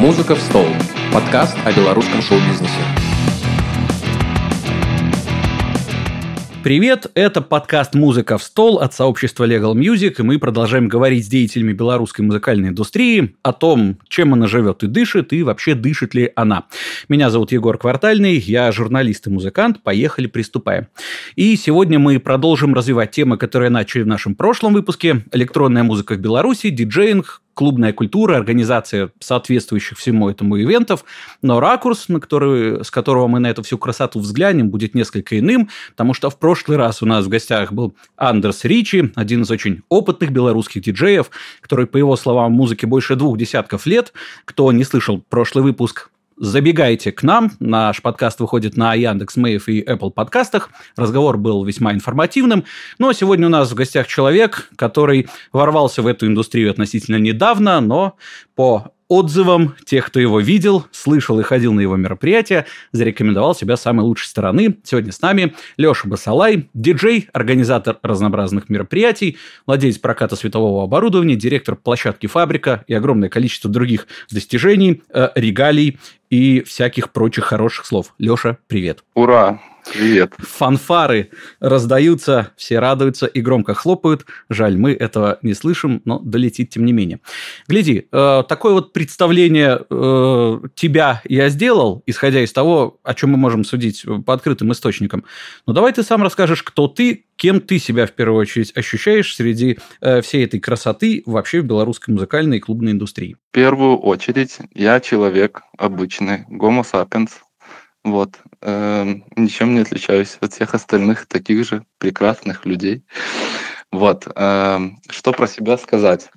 «Музыка в стол» – подкаст о белорусском шоу-бизнесе. Привет, это подкаст «Музыка в стол» от сообщества Legal Music, и мы продолжаем говорить с деятелями белорусской музыкальной индустрии о том, чем она живет и дышит, и вообще дышит ли она. Меня зовут Егор Квартальный, я журналист и музыкант, поехали, приступаем. И сегодня мы продолжим развивать темы, которые начали в нашем прошлом выпуске: электронная музыка в Беларуси, диджеинг, клубная культура, организация соответствующих всему этому ивентов, но ракурс, с которого мы на эту всю красоту взглянем, будет несколько иным, потому что в прошлый раз у нас в гостях был Андерс Ричи, один из очень опытных белорусских диджеев, который, по его словам, в музыке больше 2 десятков лет. Кто не слышал прошлый выпуск, забегайте к нам. Наш подкаст выходит на Яндекс.Мейв и Apple подкастах. Разговор был весьма информативным. Ну, а сегодня у нас в гостях человек, который ворвался в эту индустрию относительно недавно, но по отзывам тех, кто его видел, слышал и ходил на его мероприятия, зарекомендовал себя с самой лучшей стороны. Сегодня с нами Леша Басалай, диджей, организатор разнообразных мероприятий, владелец проката светового оборудования, директор площадки «Фабрика» и огромное количество других достижений, регалий и всяких прочих хороших слов. Леша, привет. Ура! Привет. Фанфары раздаются, все радуются и громко хлопают. Жаль, мы этого не слышим, но долетит тем не менее. Гляди, такое вот представление тебя я сделал, исходя из того, о чем мы можем судить по открытым источникам. Но давай ты сам расскажешь, кто ты, кем ты себя в первую очередь ощущаешь среди всей этой красоты вообще в белорусской музыкальной и клубной индустрии. В первую очередь я человек обычный, Homo sapiens. Вот. Ничем не отличаюсь от всех остальных таких же прекрасных людей. Вот. Что про себя сказать?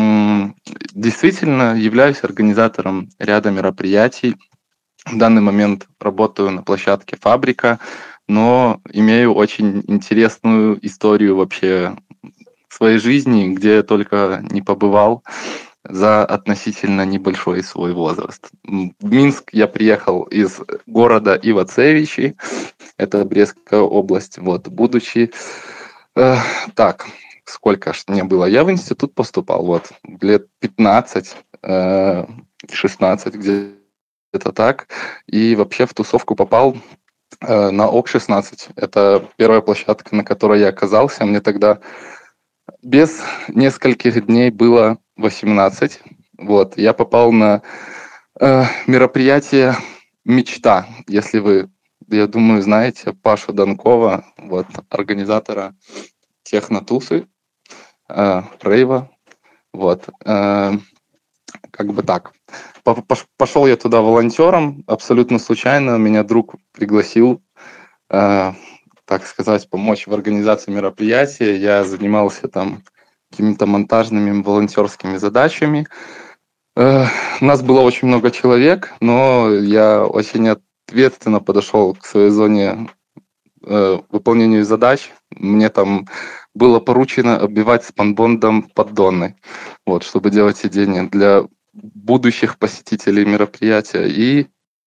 Действительно, являюсь организатором ряда мероприятий. В данный момент работаю на площадке «Фабрика», но имею очень интересную историю вообще своей жизни, где я только не побывал за относительно небольшой свой возраст. В Минск я приехал из города Ивацевичи, это Брестская область. Вот, будучи сколько ж мне было, я в институт поступал, вот, лет 15, 16, где-то так, и вообще в тусовку попал на ОК-16. Это первая площадка, на которой я оказался. Мне тогда без нескольких дней было 18. Вот. Я попал на мероприятие «Мечта». Если вы, я думаю, знаете Пашу Донкова, вот, организатора технотусы, рейва. Вот. Как бы так. Пошел я туда волонтером, абсолютно случайно. Меня друг пригласил, так сказать, помочь в организации мероприятия. Я занимался там какими-то монтажными волонтерскими задачами. У нас было очень много человек, но я очень ответственно подошел к своей зоне выполнению задач. Мне там было поручено оббивать спанбондом поддоны, вот, чтобы делать сиденья для будущих посетителей мероприятия. И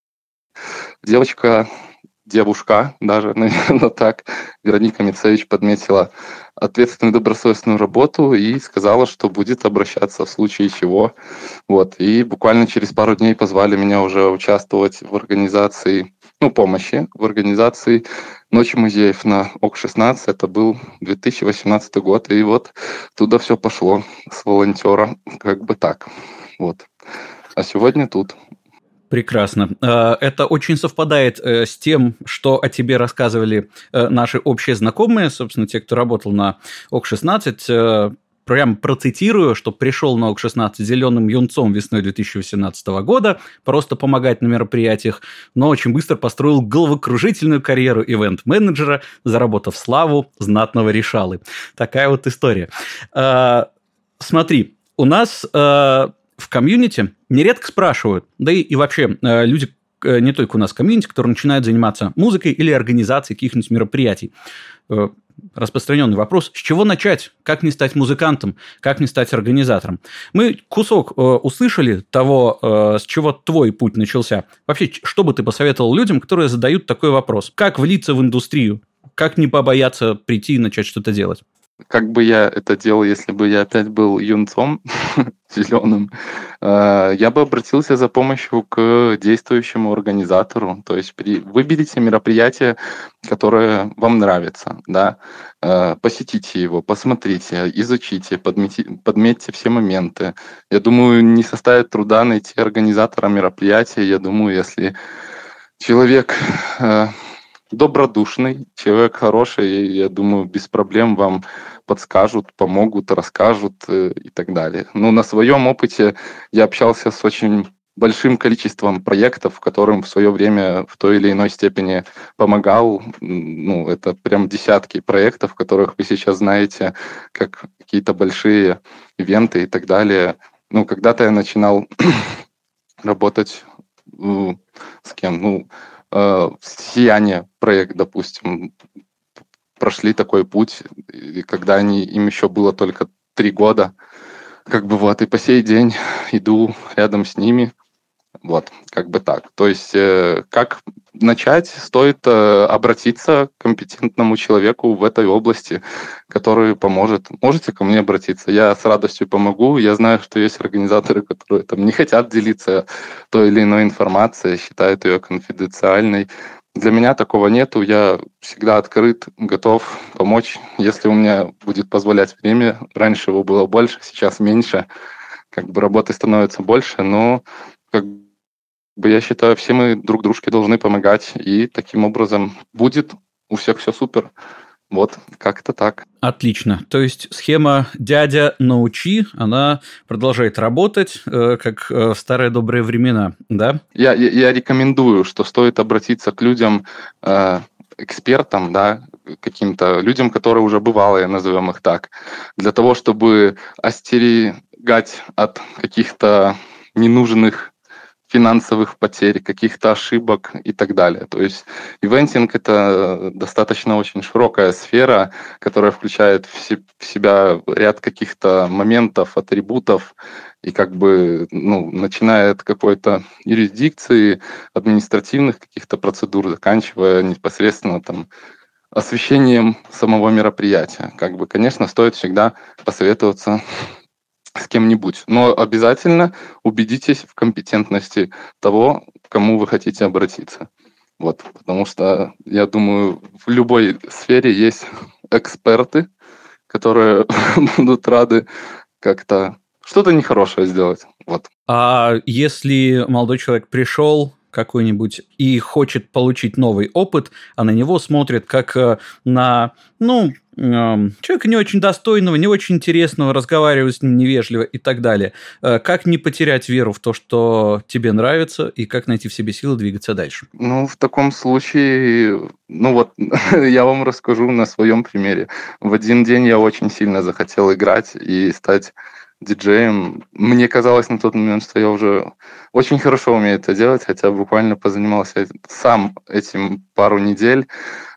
девушка, даже, наверное, так, Вероника Мицевич подметила ответственную добросовестную работу и сказала, что будет обращаться в случае чего. Вот. И буквально через пару дней позвали меня уже участвовать в организации, помощи в организации Ночи музеев на ОК-16. Это был 2018 год. И вот туда все пошло с волонтера, как бы так. Вот. А сегодня тут. Прекрасно. Это очень совпадает с тем, что о тебе рассказывали наши общие знакомые, собственно, те, кто работал на ОК-16. Прям процитирую, что пришел на ОК-16 зеленым юнцом весной 2018 года, просто помогать на мероприятиях, но очень быстро построил головокружительную карьеру ивент-менеджера, заработав славу знатного решалы. Такая вот история. Смотри, у нас в комьюнити нередко спрашивают, да и вообще люди, не только у нас в комьюнити, которые начинают заниматься музыкой или организацией каких-нибудь мероприятий. Распространенный вопрос, с чего начать, как не стать музыкантом, как не стать организатором. Мы кусок услышали того, с чего твой путь начался. Вообще, что бы ты посоветовал людям, которые задают такой вопрос? Как влиться в индустрию? Как не побояться прийти и начать что-то делать? как бы я это делал, если бы я опять был юнцом зеленым, я бы обратился за помощью к действующему организатору. То есть выберите мероприятие, которое вам нравится, да, посетите его, посмотрите, изучите, подметьте все моменты. Я думаю, не составит труда найти организатора мероприятия. Я думаю, если человек добродушный, человек хороший, я думаю, без проблем вам подскажут, помогут, расскажут и так далее. Ну, на своем опыте я общался с очень большим количеством проектов, которым в свое время в той или иной степени помогал. Ну, это прям десятки проектов, которых вы сейчас знаете, как какие-то большие ивенты и так далее. Ну, когда-то я начинал работать с кем? Ну, «Сияние» проект, допустим, прошли такой путь, и когда им еще было только 3 года, как бы вот, и по сей день иду рядом с ними, вот, как бы так. То есть, как начать, стоит обратиться к компетентному человеку в этой области, который поможет. Можете ко мне обратиться, я с радостью помогу. Я знаю, что есть организаторы, которые там не хотят делиться той или иной информацией, считают ее конфиденциальной. Для меня такого нету, я всегда открыт, готов помочь, если у меня будет позволять время. Раньше его было больше, сейчас меньше, как бы работы становится больше, но как бы я считаю, все мы друг дружке должны помогать, и таким образом будет у всех все супер. Вот, как-то так. Отлично. То есть схема «дядя, научи», она продолжает работать, как в старые добрые времена, да? Я рекомендую, что стоит обратиться к людям, экспертам, да, каким-то людям, которые уже бывалые, назовем их так, для того, чтобы остерегать от каких-то ненужных финансовых потерь, каких-то ошибок и так далее. То есть ивентинг – это достаточно очень широкая сфера, которая включает в себя ряд каких-то моментов, атрибутов, и как бы, ну, начиная от какой-то юрисдикции, административных каких-то процедур, заканчивая непосредственно там освещением самого мероприятия. Как бы, конечно, стоит всегда посоветоваться с кем-нибудь, но обязательно убедитесь в компетентности того, к кому вы хотите обратиться. Вот, потому что, я думаю, в любой сфере есть эксперты, которые будут рады как-то что-то нехорошее сделать. Вот. А если молодой человек пришел какой-нибудь и хочет получить новый опыт, а на него смотрят как на, человека не очень достойного, не очень интересного, разговаривать с ним невежливо и так далее. Как не потерять веру в то, что тебе нравится, и как найти в себе силы двигаться дальше? Ну, в таком случае, я вам расскажу на своем примере. В один день я очень сильно захотел играть и стать диджеем. Мне казалось на тот момент, что я уже очень хорошо умею это делать, хотя буквально позанимался сам этим пару недель.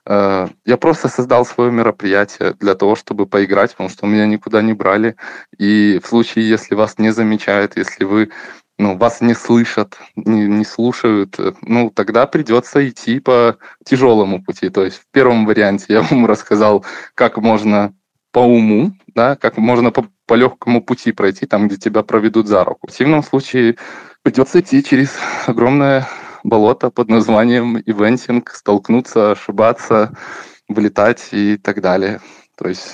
Я просто создал свое мероприятие для того, чтобы поиграть, потому что меня никуда не брали. И в случае, если вас не замечают, если вас не слышат, не слушают, тогда придется идти по тяжелому пути. То есть в первом варианте я вам рассказал, как можно по уму, да, как можно по легкому пути пройти, там, где тебя проведут за руку. В противном случае придется идти через огромное болото под названием ивентинг, столкнуться, ошибаться, вылетать и так далее. То есть,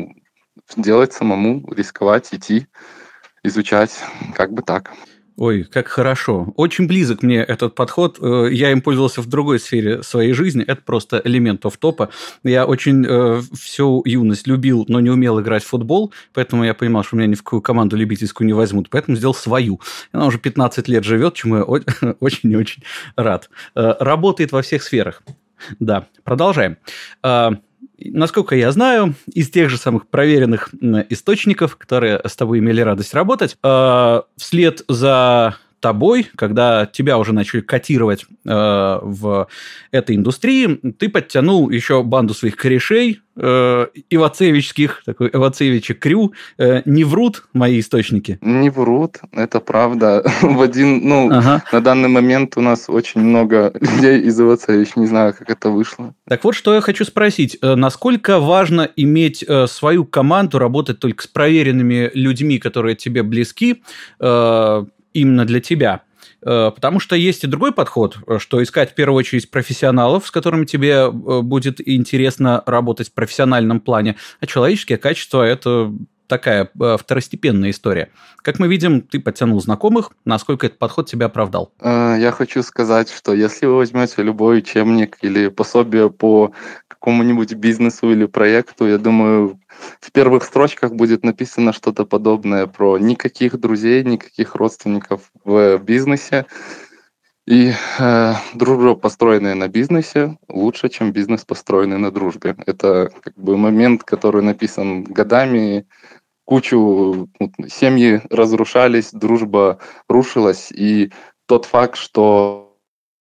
делать самому, рисковать, идти, изучать, как бы так. Ой, как хорошо. Очень близок мне этот подход. Я им пользовался в другой сфере своей жизни. Это просто элемент офф-топа. Я очень всю юность любил, но не умел играть в футбол, поэтому я понимал, что меня ни в какую команду любительскую не возьмут, поэтому сделал свою. Она уже 15 лет живет, чему я очень и очень рад. Работает во всех сферах. Да, продолжаем. Насколько я знаю, из тех же самых проверенных источников, которые с тобой имели радость работать, вслед за тобой, когда тебя уже начали котировать в этой индустрии, ты подтянул еще банду своих корешей, ивацевичских, такой ивацевичек крю. Не врут мои источники? Не врут, это правда. На данный момент у нас очень много людей из Ивацевич, не знаю, как это вышло. Так вот, что я хочу спросить. Насколько важно иметь свою команду, работать только с проверенными людьми, которые тебе близки, именно для тебя? Потому что есть и другой подход, что искать в первую очередь профессионалов, с которыми тебе будет интересно работать в профессиональном плане, а человеческие качества – это такая второстепенная история. Как мы видим, ты подтянул знакомых, насколько этот подход тебя оправдал? Я хочу сказать, что если вы возьмете любой учебник или пособие по какому-нибудь бизнесу или проекту, я думаю, в первых строчках будет написано что-то подобное про никаких друзей, никаких родственников в бизнесе. И дружба, построенная на бизнесе, лучше, чем бизнес, построенный на дружбе. Это как бы момент, который написан годами. Кучу семьи разрушались, дружба рушилась. И тот факт, что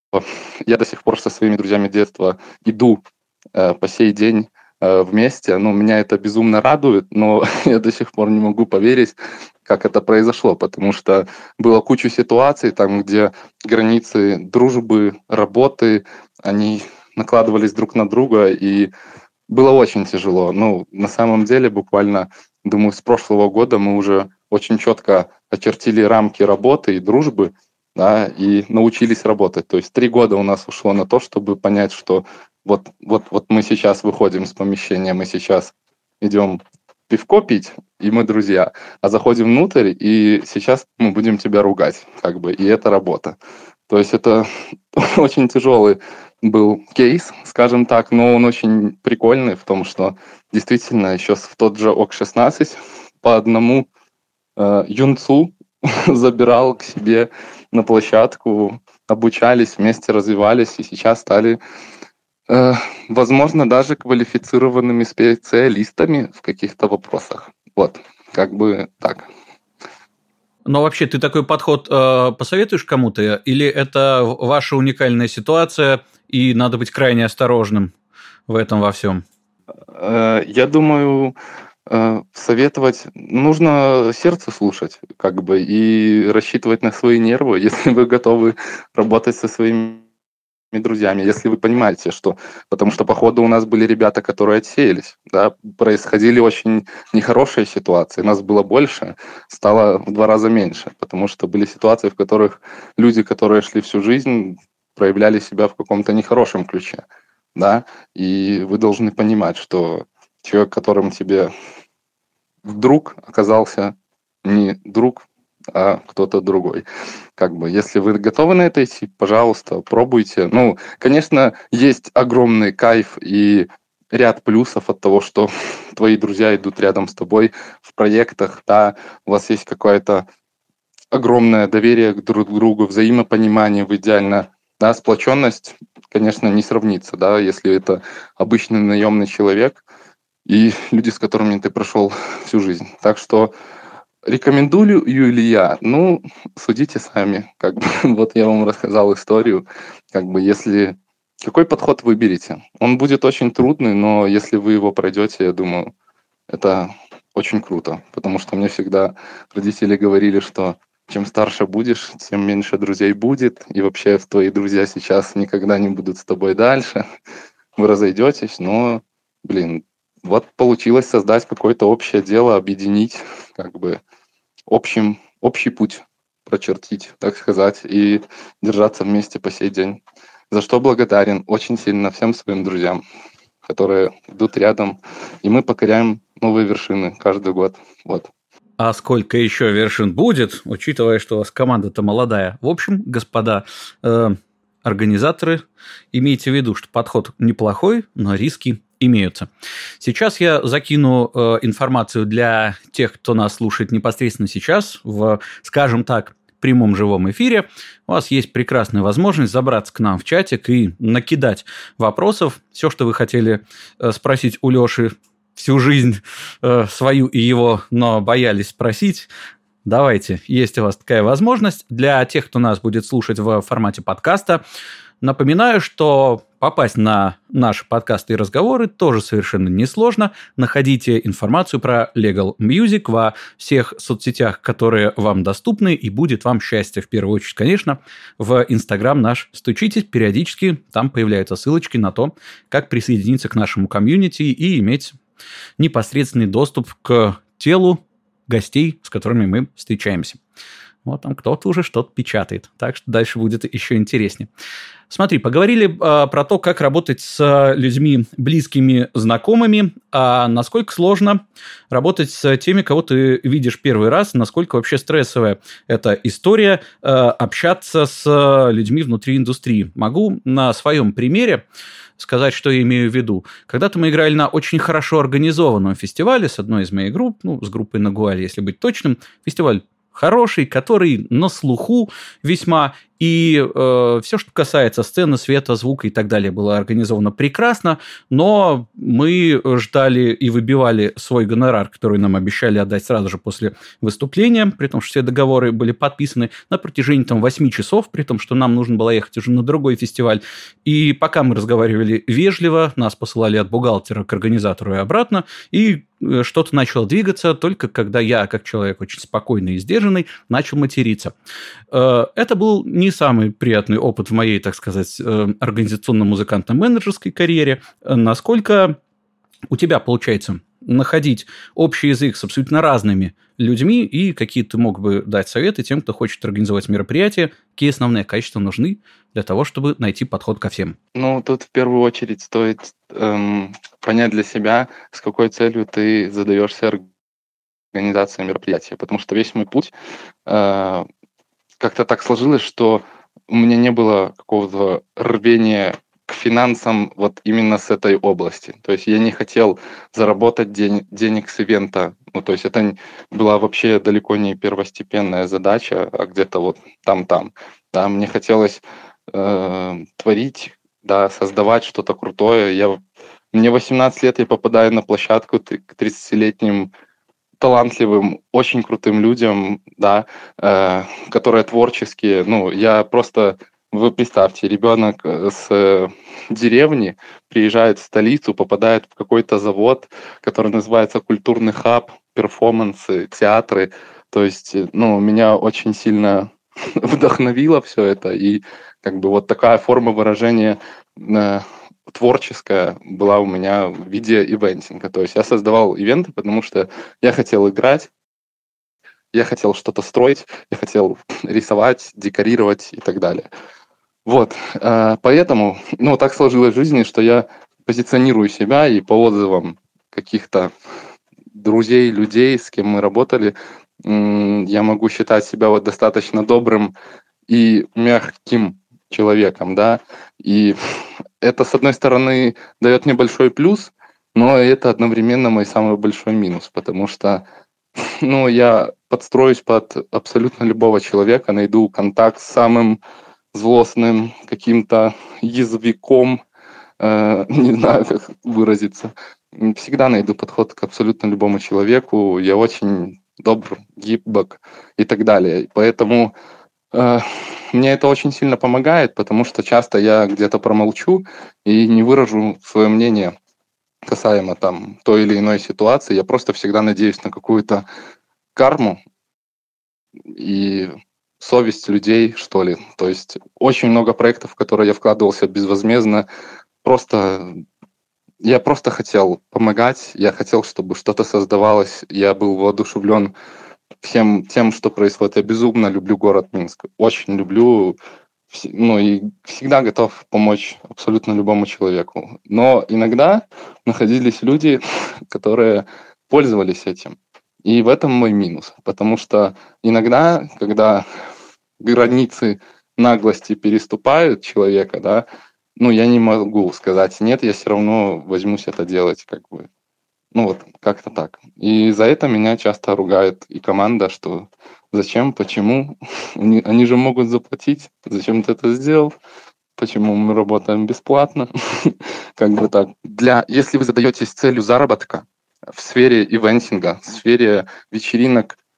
я до сих пор со своими друзьями детства иду по сей день вместе, меня это безумно радует, но я до сих пор не могу поверить, как это произошло, потому что было куча ситуаций, там, где границы дружбы, работы, они накладывались друг на друга, и было очень тяжело. На самом деле, буквально, думаю, с прошлого года мы уже очень четко очертили рамки работы и дружбы, да, и научились работать. То есть 3 года у нас ушло на то, чтобы понять, что вот мы сейчас выходим с помещения, мы сейчас идем пивко пить, и мы друзья, а заходим внутрь, и сейчас мы будем тебя ругать, и это работа. То есть это очень тяжелый был кейс, скажем так, но он очень прикольный в том, что действительно еще в тот же ОК-16 по одному юнцу забирал к себе на площадку, обучались, вместе развивались, и сейчас стали, возможно, даже квалифицированными специалистами в каких-то вопросах. Так. Но вообще ты такой подход посоветуешь кому-то? Или это ваша уникальная ситуация, и надо быть крайне осторожным в этом во всем? Я думаю, советовать нужно сердце слушать, и рассчитывать на свои нервы, если вы готовы работать со своими друзьями, если вы понимаете, что... Потому что, походу, у нас были ребята, которые отсеялись, да, происходили очень нехорошие ситуации, нас было больше, стало в 2 раза меньше, потому что были ситуации, в которых люди, которые шли всю жизнь, проявляли себя в каком-то нехорошем ключе, да, и вы должны понимать, что человек, которым тебе друг, оказался не друг, а кто-то другой. Если вы готовы на это идти, пожалуйста, пробуйте. Конечно, есть огромный кайф и ряд плюсов от того, что твои друзья идут рядом с тобой в проектах, да, у вас есть какое-то огромное доверие друг к другу, взаимопонимание в идеально, да, сплоченность, конечно, не сравнится, да, если это обычный наемный человек и люди, с которыми ты прошел всю жизнь. Так что рекомендую ли я? Судите сами. Я вам рассказал историю. Если... Какой подход выберете? Он будет очень трудный, но если вы его пройдете, я думаю, это очень круто. Потому что мне всегда родители говорили, что чем старше будешь, тем меньше друзей будет. И вообще твои друзья сейчас никогда не будут с тобой дальше. Вы разойдетесь, но, получилось создать какое-то общее дело, объединить, общий путь прочертить, так сказать, и держаться вместе по сей день. За что благодарен очень сильно всем своим друзьям, которые идут рядом, и мы покоряем новые вершины каждый год. А сколько еще вершин будет, учитывая, что у вас команда-то молодая? В общем, господа организаторы, имейте в виду, что подход неплохой, но риски имеются. Сейчас я закину информацию для тех, кто нас слушает непосредственно сейчас, в, скажем так, прямом живом эфире. У вас есть прекрасная возможность забраться к нам в чатик и накидать вопросов. Все, что вы хотели спросить у Леши всю жизнь свою и его, но боялись спросить, давайте, есть у вас такая возможность. Для тех, кто нас будет слушать в формате подкаста, напоминаю, что попасть на наши подкасты и разговоры тоже совершенно несложно. Находите информацию про Legal Music во всех соцсетях, которые вам доступны, и будет вам счастье. В первую очередь, конечно, в Инстаграм наш стучитесь, периодически там появляются ссылочки на то, как присоединиться к нашему комьюнити и иметь непосредственный доступ к телу гостей, с которыми мы встречаемся. Вот там кто-то уже что-то печатает. Так что дальше будет еще интереснее. Смотри, поговорили про то, как работать с людьми близкими, знакомыми, а насколько сложно работать с теми, кого ты видишь первый раз, насколько вообще стрессовая эта история общаться с людьми внутри индустрии. Могу на своем примере сказать, что я имею в виду. Когда-то мы играли на очень хорошо организованном фестивале с одной из моих групп, с группой Нагуаль, если быть точным. Фестиваль хороший, который на слуху весьма. И все, что касается сцены, света, звука и так далее, было организовано прекрасно, но мы ждали и выбивали свой гонорар, который нам обещали отдать сразу же после выступления, при том, что все договоры были подписаны на протяжении 8 часов, при том, что нам нужно было ехать уже на другой фестиваль. И пока мы разговаривали вежливо, нас посылали от бухгалтера к организатору и обратно, и что-то начало двигаться только когда я, как человек очень спокойный и сдержанный, начал материться. Это был не самый приятный опыт в моей, так сказать, организационно-музыкантно-менеджерской карьере. Насколько у тебя получается находить общий язык с абсолютно разными людьми и какие ты мог бы дать советы тем, кто хочет организовать мероприятие, какие основные качества нужны для того, чтобы найти подход ко всем? Тут в первую очередь стоит понять для себя, с какой целью ты задаешься организацией мероприятия, потому что весь мой путь как-то так сложилось, что у меня не было какого-то рвения к финансам вот именно с этой области. То есть я не хотел заработать денег с ивента. То есть это была вообще далеко не первостепенная задача, а где-то вот там. Да, мне хотелось творить, да, создавать что-то крутое. Мне 18 лет, я попадаю на площадку к 30-летним талантливым, очень крутым людям, да, которые творческие. Вы представьте, ребенок с деревни приезжает в столицу, попадает в какой-то завод, который называется культурный хаб, перформансы, театры. То есть, меня очень сильно вдохновило все это. И вот такая форма выражения творческая была у меня в виде ивентинга. То есть я создавал ивенты, потому что я хотел играть, я хотел что-то строить, я хотел рисовать, декорировать и так далее. Поэтому, так сложилось в жизни, что я позиционирую себя, и по отзывам каких-то друзей, людей, с кем мы работали, я могу считать себя достаточно добрым и мягким человеком, да, и это, с одной стороны, дает мне большой плюс, но это одновременно мой самый большой минус, потому что, я подстроюсь под абсолютно любого человека, найду контакт с самым злостным каким-то язвиком, не знаю, как выразиться. Всегда найду подход к абсолютно любому человеку, я очень добр, гибок и так далее, поэтому мне это очень сильно помогает, потому что часто я где-то промолчу и не выражу свое мнение касаемо той или иной ситуации. Я просто всегда надеюсь на какую-то карму и совесть людей, что ли. То есть очень много проектов, в которые я вкладывался безвозмездно. Я просто хотел помогать, я хотел, чтобы что-то создавалось. Я был воодушевлен всем тем, что происходит. Я безумно люблю город Минск, очень люблю, и всегда готов помочь абсолютно любому человеку. Но иногда находились люди, которые пользовались этим. И в этом мой минус, потому что иногда, когда границы наглости переступают человека, да, я не могу сказать нет, я все равно возьмусь это делать, как-то так. И за это меня часто ругает и команда, что зачем, почему, они же могут заплатить, зачем ты это сделал, почему мы работаем бесплатно, так. Если вы задаетесь целью заработка в сфере ивентинга, в сфере вечеринок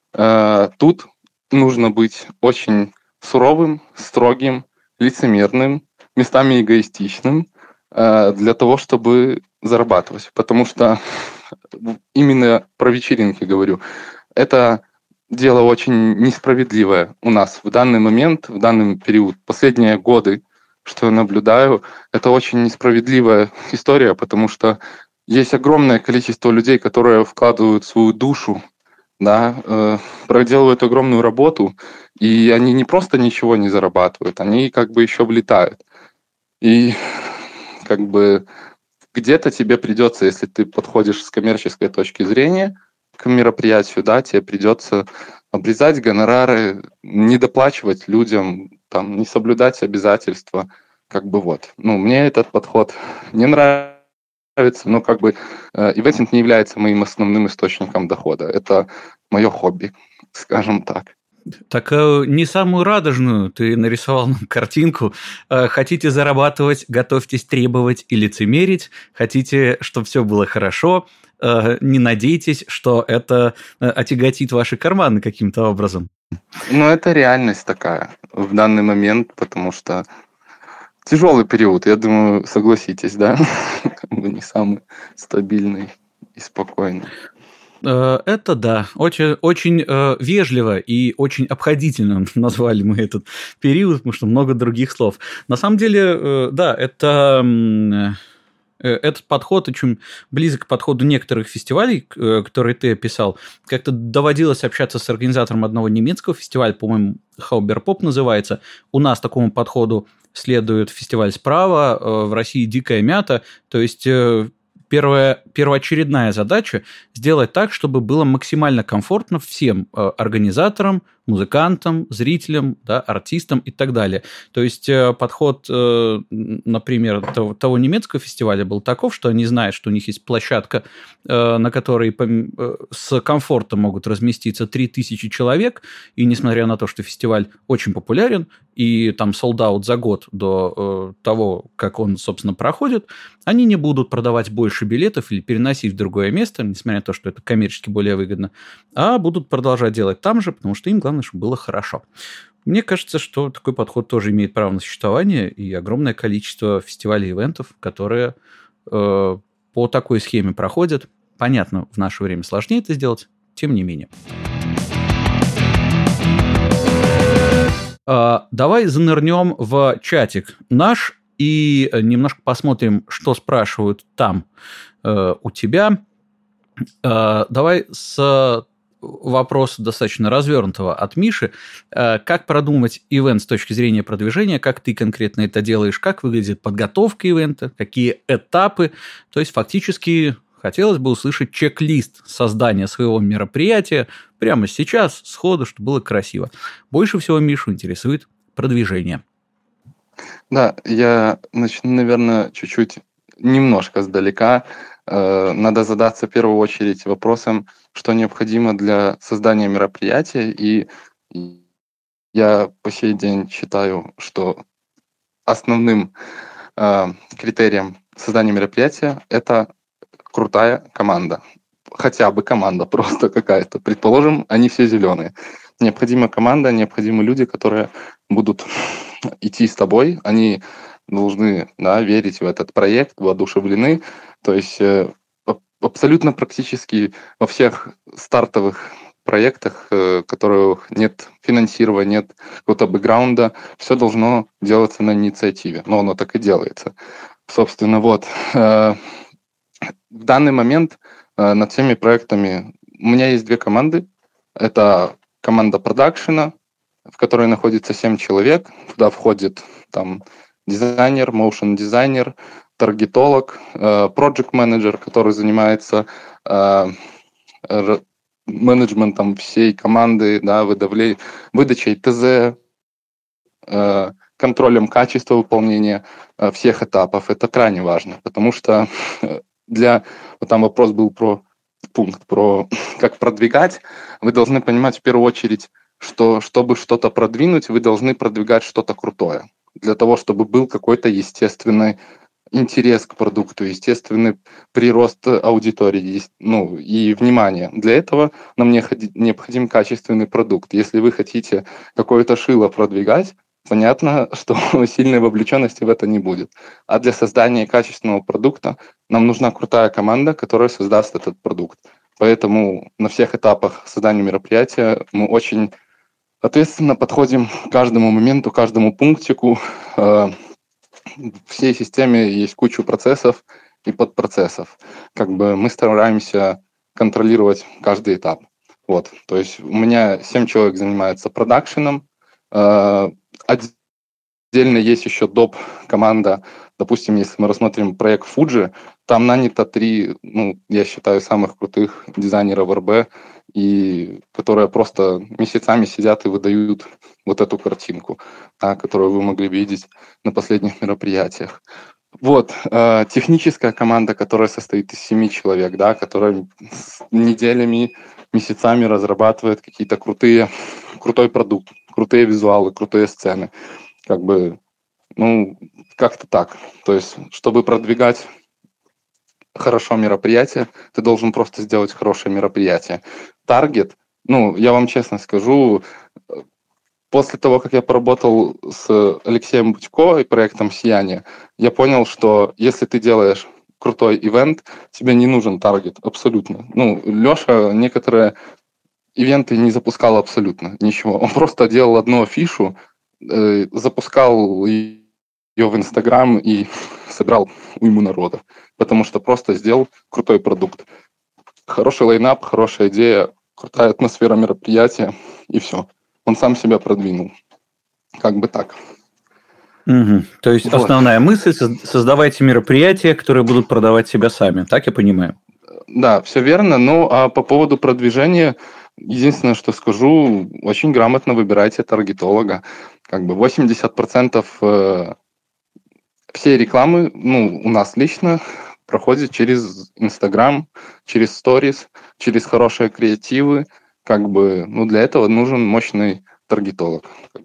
Тут нужно быть очень суровым, строгим, лицемерным, местами эгоистичным для того, чтобы зарабатывать. Потому что именно про вечеринки говорю. Это дело очень несправедливое у нас в данный момент, в данный период. Последние годы, что я наблюдаю, это очень несправедливая история, потому что есть огромное количество людей, которые вкладывают свою душу, да, проделывают огромную работу, и они не просто ничего не зарабатывают, они как бы еще влетают. И как бы где-то тебе придется, если ты подходишь с коммерческой точки зрения к мероприятию, да, тебе придется обрезать гонорары, не доплачивать людям, там, не соблюдать обязательства, как бы вот. Ну, мне этот подход не нравится, но как бы ивентинг не является моим основным источником дохода. Это мое хобби, скажем так. Так не самую радужную ты нарисовал нам картинку. Хотите зарабатывать, готовьтесь требовать и лицемерить. Хотите, чтобы все было хорошо, не надейтесь, что это отяготит ваши карманы каким-то образом. Ну, это реальность такая в данный момент, потому что тяжелый период, я думаю, согласитесь, да? Не самый стабильный и спокойный. Это да, очень, очень вежливо и очень обходительно назвали мы этот период, потому что много других слов. На самом деле, да, этот подход очень близок к подходу некоторых фестивалей, которые ты описал. Как-то доводилось общаться с организатором одного немецкого фестиваля, по-моему, Хауберпоп называется. У нас такому подходу следует фестиваль «Справа», в России «Дикая мята», то есть первоочередная задача сделать так, чтобы было максимально комфортно всем организаторам, музыкантам, зрителям, да, артистам и так далее. То есть подход, например, того немецкого фестиваля был таков, что они знают, что у них есть площадка, на которой с комфортом могут разместиться 3000 человек, и несмотря на то, что фестиваль очень популярен, и там sold-out за год до того, как он, собственно, проходит, они не будут продавать больше билетов или переносить в другое место, несмотря на то, что это коммерчески более выгодно, а будут продолжать делать там же, потому что им главное, чтобы было хорошо. Мне кажется, что такой подход тоже имеет право на существование, и огромное количество фестивалей и ивентов, которые по такой схеме проходят. Понятно, в наше время сложнее это сделать, тем не менее. Давай занырнем в чатик наш и немножко посмотрим, что спрашивают там у тебя. Давай с вопроса достаточно развернутого от Миши. Как продумать ивент с точки зрения продвижения, как ты конкретно это делаешь, как выглядит подготовка ивента, какие этапы. То есть фактически хотелось бы услышать чек-лист создания своего мероприятия прямо сейчас, сходу, чтобы было красиво. Больше всего Мишу интересует продвижение. Да, я начну, наверное, чуть-чуть, немножко сдалека. Надо задаться в первую очередь вопросом, что необходимо для создания мероприятия. И я по сей день считаю, что основным критерием создания мероприятия – это крутая команда. Хотя бы команда просто какая-то. Предположим, они все зеленые. Необходима команда, необходимы люди, которые будут идти с тобой. Они должны, да, верить в этот проект, воодушевлены. То есть абсолютно практически во всех стартовых проектах, у которых нет финансирования, нет какого-то бэкграунда, все должно делаться на инициативе. Но оно так и делается. Собственно, вот. В данный момент над всеми проектами у меня есть 2 команды. Это команда продакшена, в которой находится 7 человек. Туда входит там дизайнер, моушн-дизайнер, таргетолог, проект-менеджер, который занимается менеджментом всей команды, да, выдачей ТЗ, контролем качества выполнения всех этапов. Это крайне важно, потому что там вопрос был про пункт, про как продвигать. Вы должны понимать в первую очередь, что чтобы что-то продвинуть, вы должны продвигать что-то крутое. Для того, чтобы был какой-то естественный интерес к продукту, естественный прирост аудитории, и внимания. Для этого нам необходим качественный продукт. Если вы хотите какое-то шило продвигать, понятно, что сильной вовлеченности в это не будет. А для создания качественного продукта нам нужна крутая команда, которая создаст этот продукт. Поэтому на всех этапах создания мероприятия мы очень ответственно подходим к каждому моменту, каждому пунктику. В всей системе есть куча процессов и подпроцессов. Мы стараемся контролировать каждый этап. Вот. То есть у меня 7 человек занимается продакшеном. Отдельно есть еще доп-команда. Допустим, если мы рассмотрим проект Fuji, там нанято 3, я считаю, самых крутых дизайнеров РБ, и которые просто месяцами сидят и выдают вот эту картинку, которую вы могли видеть на последних мероприятиях. Вот, техническая команда, которая состоит из 7 человек, которая неделями, месяцами разрабатывает какие-то крутой продукт, крутые визуалы, крутые сцены. Как-то так. То есть, чтобы продвигать хорошо мероприятие, ты должен просто сделать хорошее мероприятие. Таргет, я вам честно скажу, после того, как я поработал с Алексеем Будько и проектом «Сияние», я понял, что если ты делаешь крутой ивент, тебе не нужен таргет абсолютно. Леша некоторые ивенты не запускал абсолютно ничего. Он просто делал одну афишу, запускал ее в Инстаграм и собрал уйму народа, потому что просто сделал крутой продукт. Хороший лайнап, хорошая идея, крутая атмосфера мероприятия, и все. Он сам себя продвинул. Так. Угу. То есть основная мысль – создавайте мероприятия, которые будут продавать себя сами. Так я понимаю? Да, все верно. А по поводу продвижения, единственное, что скажу, очень грамотно выбирайте таргетолога. 80% всей рекламы, у нас лично, проходит через Инстаграм, через сторис, через хорошие креативы. Для этого нужен мощный таргетолог.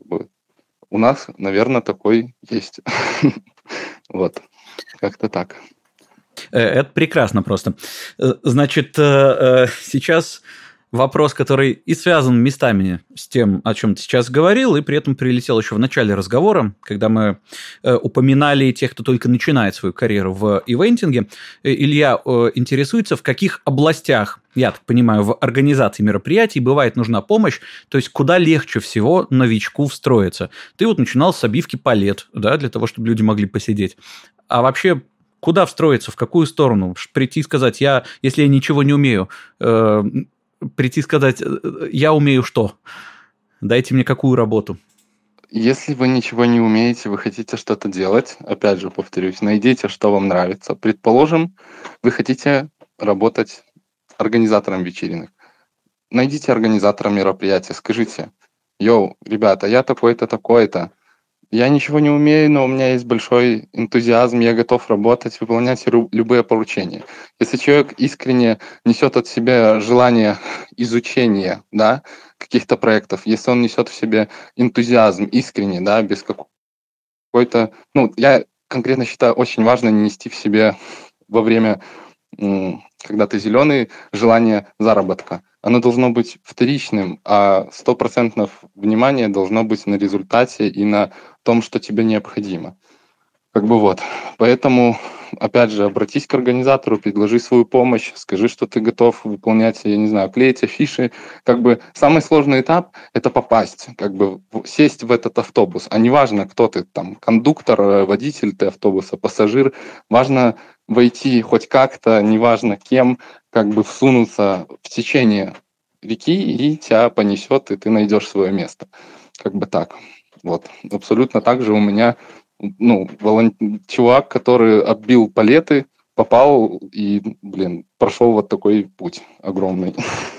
У нас, наверное, такой есть. Вот, как-то так. Это прекрасно просто. Значит, сейчас вопрос, который и связан местами с тем, о чем ты сейчас говорил, и при этом прилетел еще в начале разговора, когда мы упоминали тех, кто только начинает свою карьеру в ивентинге. Илья интересуется, в каких областях, я так понимаю, в организации мероприятий бывает нужна помощь, то есть куда легче всего новичку встроиться. Ты начинал с обивки палет, для того, чтобы люди могли посидеть. А вообще, куда встроиться, в какую сторону? Прийти и сказать, если я ничего не умею, прийти и сказать, я умею что? Дайте мне какую работу? Если вы ничего не умеете, вы хотите что-то делать, опять же, повторюсь, найдите, что вам нравится. Предположим, вы хотите работать организатором вечеринок. Найдите организатора мероприятия, скажите, ребята, я такой-то, такой-то. Я ничего не умею, но у меня есть большой энтузиазм, я готов работать, выполнять любые поручения. Если человек искренне несет от себя желание изучения, каких-то проектов, если он несет в себе энтузиазм искренне, без какой-то... я конкретно считаю, очень важно не нести в себе во время, когда ты зеленый, желание заработка. Оно должно быть вторичным, а 100% внимания должно быть на результате и на том, что тебе необходимо. Поэтому, опять же, обратись к организатору, предложи свою помощь, скажи, что ты готов выполнять, клеить афиши. Самый сложный этап – это попасть, сесть в этот автобус. А не важно, кто ты, кондуктор, водитель ты автобуса, пассажир. Важно войти хоть как-то, неважно кем, всунуться в течение реки, и тебя понесет, и ты найдешь свое место. Так. Вот. Абсолютно так же у меня чувак, который оббил палеты, попал и, прошел такой путь огромный.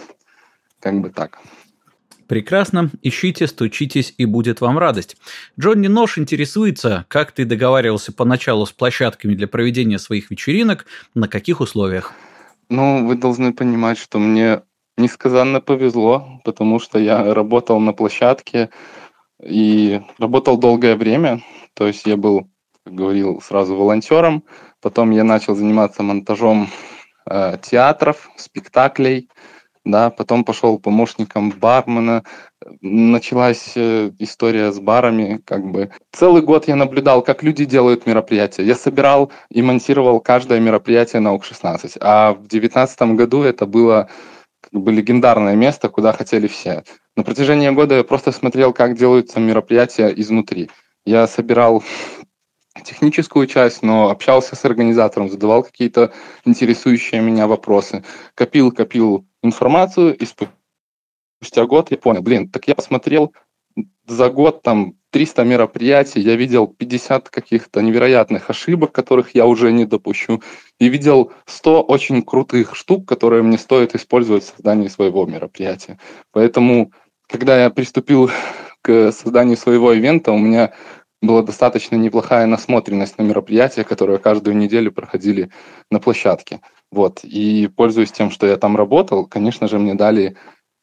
Так. Прекрасно. Ищите, стучитесь, и будет вам радость. Джонни Нош интересуется, как ты договаривался поначалу с площадками для проведения своих вечеринок, на каких условиях? Вы должны понимать, что мне несказанно повезло, потому что я работал на площадке и работал долгое время. То есть я был как говорил, сразу волонтером. Потом я начал заниматься монтажом театров, спектаклей. Да, потом пошел помощником бармена. Началась история с барами. Как бы. Целый год я наблюдал, как люди делают мероприятия. Я собирал и монтировал каждое мероприятие на УК-16. А в 2019 году это было как бы легендарное место, куда хотели все. На протяжении года я просто смотрел, как делаются мероприятия изнутри. Я собирал техническую часть, но общался с организатором, задавал какие-то интересующие меня вопросы, копил информацию, и спустя год я понял, так я посмотрел за год там 300 мероприятий, я видел 50 каких-то невероятных ошибок, которых я уже не допущу, и видел 100 очень крутых штук, которые мне стоит использовать в создании своего мероприятия. Поэтому, когда я приступил к созданию своего ивента, у меня была достаточно неплохая насмотренность на мероприятия, которые каждую неделю проходили на площадке. Вот. И пользуясь тем, что я там работал, конечно же, мне дали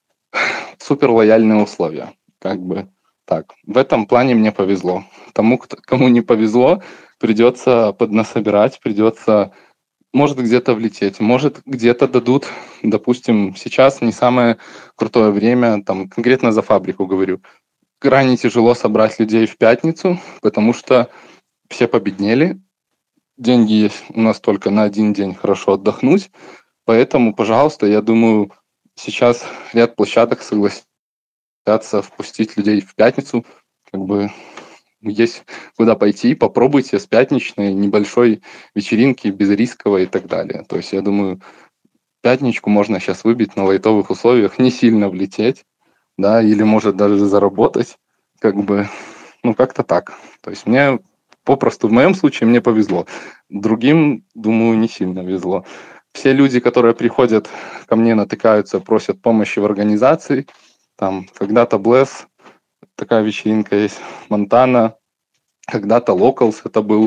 супер лояльные условия. Как бы так. В этом плане мне повезло. Тому, кому не повезло, придется поднасобирать, придется, может, где-то влететь, может, где-то дадут, допустим, сейчас не самое крутое время, там, конкретно за фабрику говорю, крайне тяжело собрать людей в пятницу, потому что все победнели, деньги есть у нас только на один день хорошо отдохнуть, поэтому, пожалуйста, я думаю, сейчас ряд площадок согласятся впустить людей в пятницу, как бы есть куда пойти, попробуйте с пятничной небольшой вечеринки, безрисковой и так далее. То есть, я думаю, пятничку можно сейчас выбить на лайтовых условиях, не сильно влететь, да, или может даже заработать, как бы, как-то так. То есть мне попросту, в моем случае, мне повезло. Другим, думаю, не сильно везло. Все люди, которые приходят ко мне, натыкаются, просят помощи в организации. Там когда-то Bless, такая вечеринка есть, Монтана, когда-то Locals это был.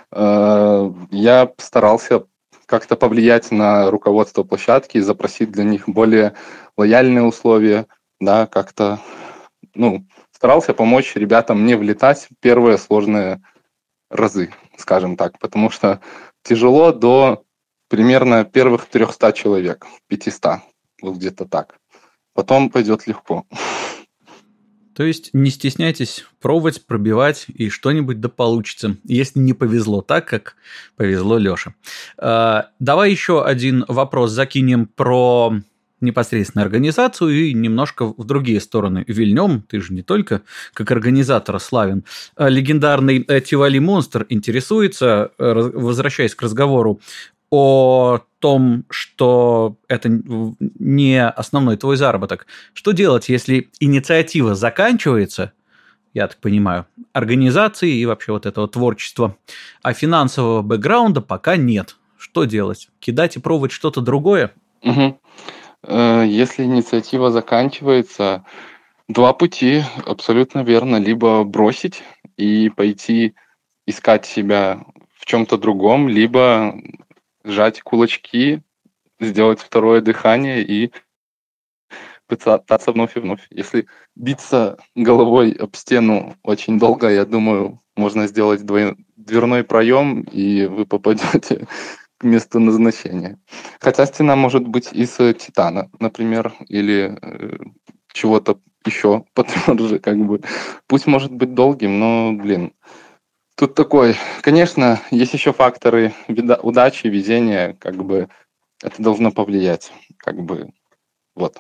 Я старался как-то повлиять на руководство площадки и запросить для них более лояльные условия, да, как-то, старался помочь ребятам не влетать в первые сложные разы, скажем так, потому что тяжело до примерно первых 300 человек, 500, вот где-то так. Потом пойдет легко. То есть не стесняйтесь пробовать, пробивать, и что-нибудь да получится, если не повезло так, как повезло Лёше. Давай еще один вопрос закинем про непосредственно организацию и немножко в другие стороны вильнем. Ты же не только как организатор славен. Легендарный Тивали Монстр интересуется, возвращаясь к разговору, о том, что это не основной твой заработок. Что делать, если инициатива заканчивается, я так понимаю, организации и вообще вот этого творчества, а финансового бэкграунда пока нет? Что делать? Кидать и пробовать что-то другое? Угу. Если инициатива заканчивается, два пути, абсолютно верно. Либо бросить и пойти искать себя в чем-то другом, либо сжать кулачки, сделать второе дыхание и пытаться вновь и вновь. Если биться головой об стену очень долго, я думаю, можно сделать дверной проем, и вы попадете к месту назначения. Хотя стена может быть из титана, например, или чего-то еще потверже, как бы. Пусть может быть долгим, но, тут такой, конечно, есть еще факторы удачи, везения, как бы это должно повлиять, как бы, вот.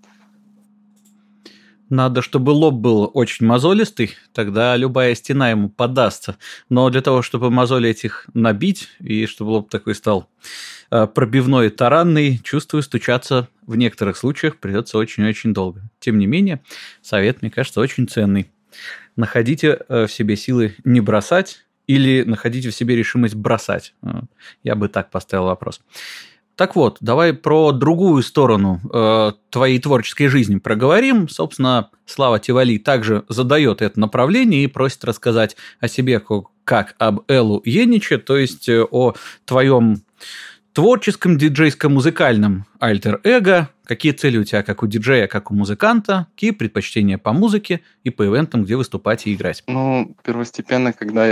Надо, чтобы лоб был очень мозолистый, тогда любая стена ему поддастся. Но для того, чтобы мозоли этих набить, и чтобы лоб такой стал пробивной, таранный, чувствую, стучаться в некоторых случаях придется очень-очень долго. Тем не менее, совет, мне кажется, очень ценный. Находите в себе силы не бросать или находите в себе решимость бросать. Я бы так поставил вопрос. Так вот, давай про другую сторону твоей творческой жизни проговорим. Собственно, Слава Тивали также задает это направление и просит рассказать о себе как об Эллу Ениче, то есть о твоем творческом, диджейском, музыкальном альтер-эго. Какие цели у тебя как у диджея, как у музыканта, какие предпочтения по музыке и по ивентам, где выступать и играть? Первостепенно, когда я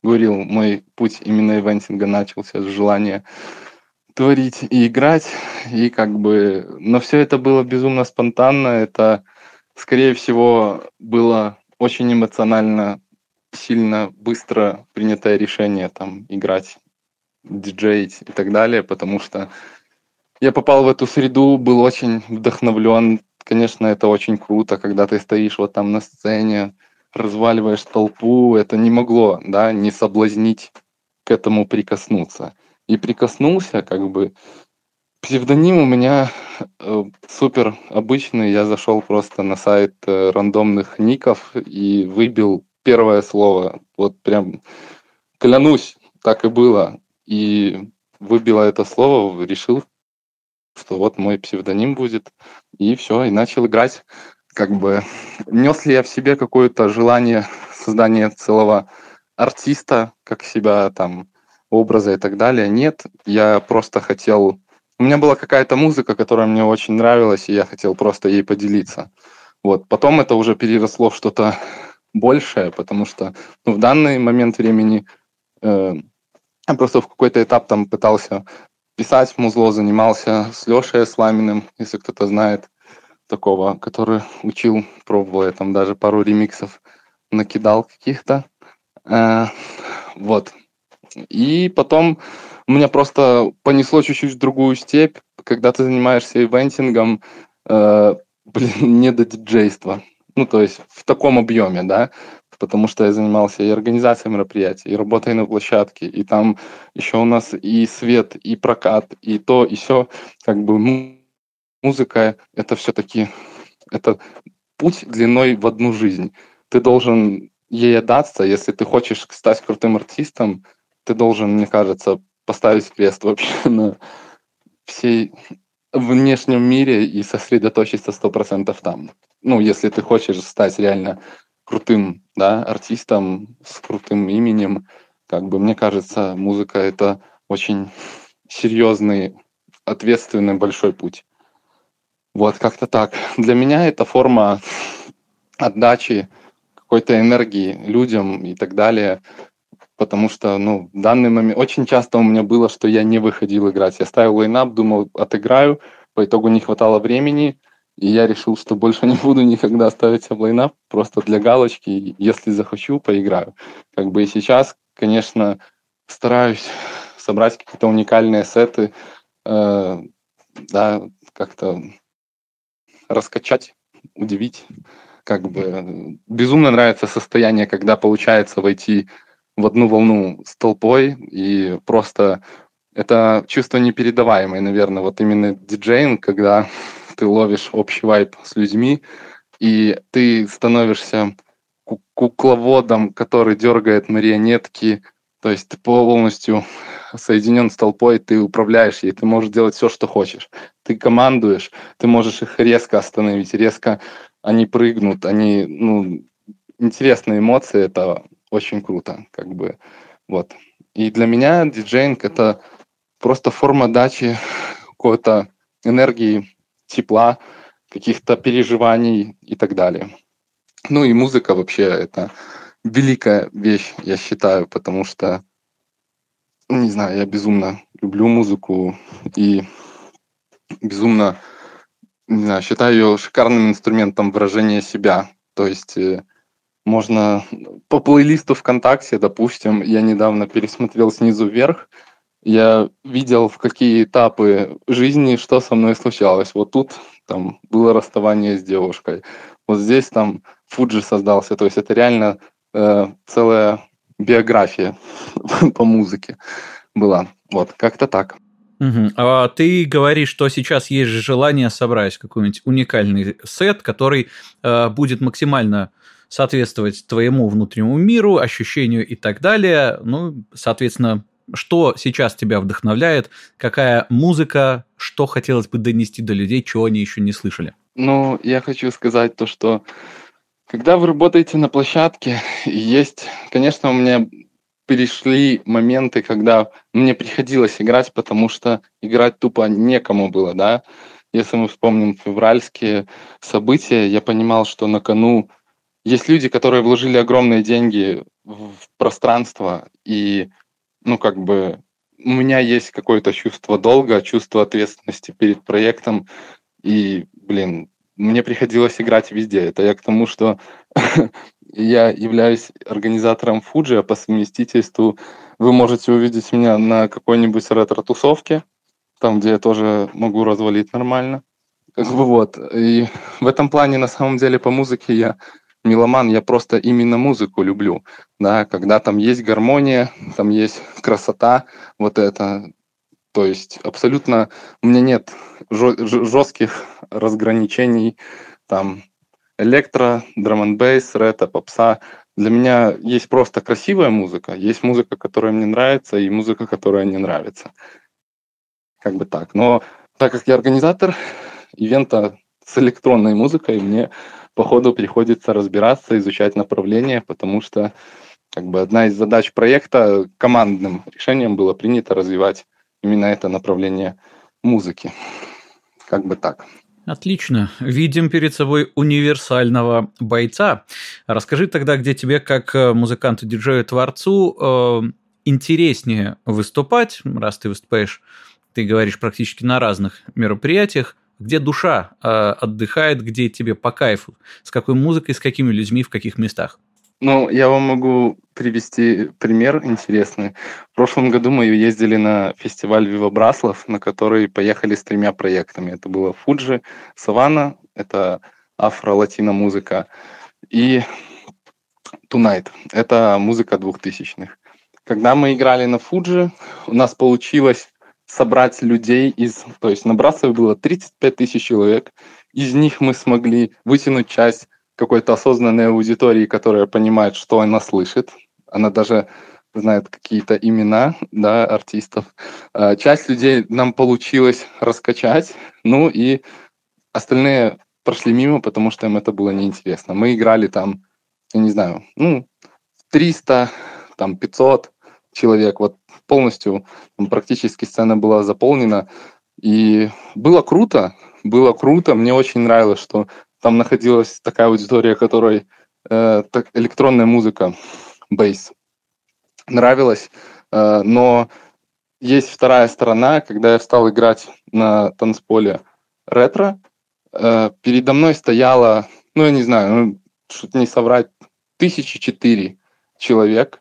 говорил, мой путь именно ивентинга начался с желания творить и играть, и но все это было безумно спонтанно, это, скорее всего, было очень эмоционально, сильно, быстро принятое решение там играть, диджеить и так далее, потому что я попал в эту среду, был очень вдохновлен. Конечно, это очень круто, когда ты стоишь вот там на сцене, разваливаешь толпу, это не могло, да, не соблазнить к этому прикоснуться. И прикоснулся, псевдоним у меня супер обычный. Я зашел просто на сайт рандомных ников и выбил первое слово. Вот прям клянусь, так и было. И выбила это слово, решил, что вот мой псевдоним будет. И все, и начал играть. Нес ли я в себе какое-то желание создания целого артиста, как себя там, образа и так далее? Нет, я просто хотел... У меня была какая-то музыка, которая мне очень нравилась, и я хотел просто ей поделиться. Вот. Потом это уже переросло в что-то большее, потому что в данный момент времени я просто в какой-то этап там пытался писать музло, занимался с Лешей Сламиным, если кто-то знает такого, который учил, пробовал, я там даже пару ремиксов накидал каких-то. Вот. И потом меня просто понесло чуть-чуть в другую степь. Когда ты занимаешься ивентингом, не до диджейства. Ну, то есть в таком объеме, да, потому что я занимался и организацией мероприятий, и работой на площадке, и там еще у нас и свет, и прокат, и то, и все. Музыка — это все-таки это путь длиной в одну жизнь. Ты должен ей отдаться, если ты хочешь стать крутым артистом, ты должен, мне кажется, поставить крест вообще на всей внешнем мире и сосредоточиться 100% там. Ну, если ты хочешь стать реально крутым, да, артистом с крутым именем, мне кажется, музыка — это очень серьезный, ответственный, большой путь. Вот, как-то так. Для меня это форма отдачи какой-то энергии людям и так далее. Потому что, в данный момент... Очень часто у меня было, что я не выходил играть. Я ставил лайнап, думал, отыграю. По итогу не хватало времени. И я решил, что больше не буду никогда ставить в лайнап. Просто для галочки. Если захочу, поиграю. И сейчас, конечно, стараюсь собрать какие-то уникальные сеты. Да, как-то раскачать, удивить. Безумно нравится состояние, когда получается войти в одну волну с толпой, и просто это чувство непередаваемое, наверное, вот именно диджеинг, когда ты ловишь общий вайб с людьми, и ты становишься кукловодом, который дергает марионетки, то есть ты полностью соединен с толпой, ты управляешь ей, ты можешь делать все, что хочешь. Ты командуешь, ты можешь их резко остановить, резко они прыгнут, интересные эмоции, это очень круто, вот. И для меня диджеинг — это просто форма дачи какой-то энергии, тепла, каких-то переживаний и так далее. И музыка вообще — это великая вещь, я считаю, потому что, не знаю, я безумно люблю музыку и безумно, не знаю, считаю ее шикарным инструментом выражения себя. То есть можно по плейлисту ВКонтакте, допустим, я недавно пересмотрел снизу вверх, я видел, в какие этапы жизни что со мной случалось. Вот тут там было расставание с девушкой, вот здесь там Фуджи создался. То есть это реально целая биография по музыке была. Вот, как-то так. Угу. А ты говоришь, что сейчас есть желание собрать какой-нибудь уникальный сет, который будет максимально соответствовать твоему внутреннему миру, ощущению и так далее. Соответственно, что сейчас тебя вдохновляет, какая музыка, что хотелось бы донести до людей, чего они еще не слышали? Я хочу сказать то, что когда вы работаете на площадке, есть, конечно, у меня перешли моменты, когда мне приходилось играть, потому что играть тупо некому было, да. Если мы вспомним февральские события, я понимал, что на кону есть люди, которые вложили огромные деньги в пространство, и, ну, как бы, у меня есть какое-то чувство долга, чувство ответственности перед проектом, и, блин, мне приходилось играть везде. Это я к тому, что я являюсь организатором Фуджи, а по совместительству вы можете увидеть меня на какой-нибудь ретро-тусовке, там, где я тоже могу развалить нормально. Как бы вот. И в этом плане, на самом деле, по музыке я меломан, я просто именно музыку люблю. Да, когда там есть гармония, там есть красота, вот это. То есть абсолютно у меня нет жестких разграничений, там электро, драм н бейс, ретро, попса. Для меня есть просто красивая музыка, есть музыка, которая мне нравится, и музыка, которая не нравится. Как бы так. Но так как я организатор ивента с электронной музыкой, мне по ходу приходится разбираться, изучать направление, потому что как бы одна из задач проекта командным решением было принято развивать именно это направление музыки. Как бы так. Отлично. Видим перед собой универсального бойца. Расскажи тогда, где тебе, как музыканту, диджею, творцу, интереснее выступать, раз ты выступаешь, ты говоришь, практически на разных мероприятиях, где душа отдыхает, где тебе по кайфу, с какой музыкой, с какими людьми, в каких местах? Ну, я вам могу привести пример интересный. В прошлом году мы ездили на фестиваль Viva Браслов, на который поехали с 3 проектами. Это было Фуджи, Саванна, это афро-латино музыка, и Tonight, это музыка 2000-х. Когда мы играли на Фуджи, у нас получилось собрать людей то есть на Браслове было 35 тысяч человек, из них мы смогли вытянуть часть какой-то осознанной аудитории, которая понимает, что она слышит. Она даже знает какие-то имена, да, артистов. Часть людей нам получилось раскачать, ну и остальные прошли мимо, потому что им это было неинтересно. Мы играли там, я не знаю, 300, там 500 человек. Вот полностью практически сцена была заполнена. И было круто. Мне очень нравилось, что там находилась такая аудитория, которой электронная музыка, бейс, нравилась. Но есть вторая сторона, когда я стал играть на танцполе ретро, передо мной стояло, я не знаю, чтобы не соврать, 1004 человек,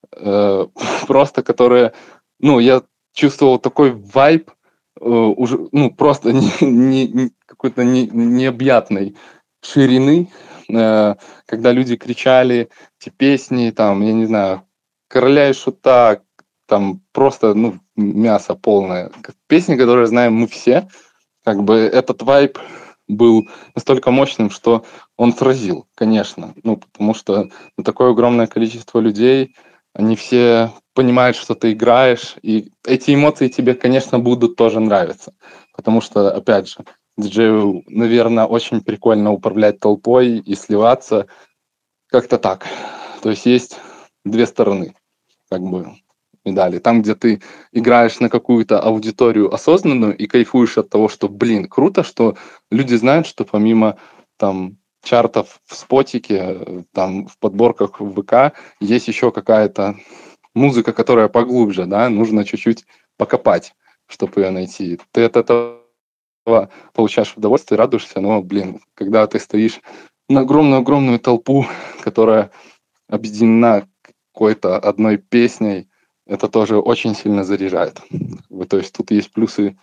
просто которые, я чувствовал такой вайб, уже, просто какой-то необъятной ширины, когда люди кричали эти песни, там, я не знаю, Короля и Шута, там просто, мясо полное. Песни, которые знаем мы все, как бы этот вайб был настолько мощным, что он сразил, конечно. Потому что такое огромное количество людей, они все понимают, что ты играешь, и эти эмоции тебе, конечно, будут тоже нравиться. Потому что, опять же, диджею, наверное, очень прикольно управлять толпой и сливаться. Как-то так. То есть 2 стороны, как бы, медали. Там, где ты играешь на какую-то аудиторию осознанную и кайфуешь от того, что, круто, что люди знают, что помимо там чартов в спотике, там в подборках в ВК есть еще какая-то музыка, которая поглубже, да, нужно чуть-чуть покопать, чтобы ее найти. Ты от этого получаешь удовольствие, радуешься, но, когда ты стоишь на огромную-огромную толпу, которая объединена какой-то одной песней, это тоже очень сильно заряжает. То есть тут есть плюсы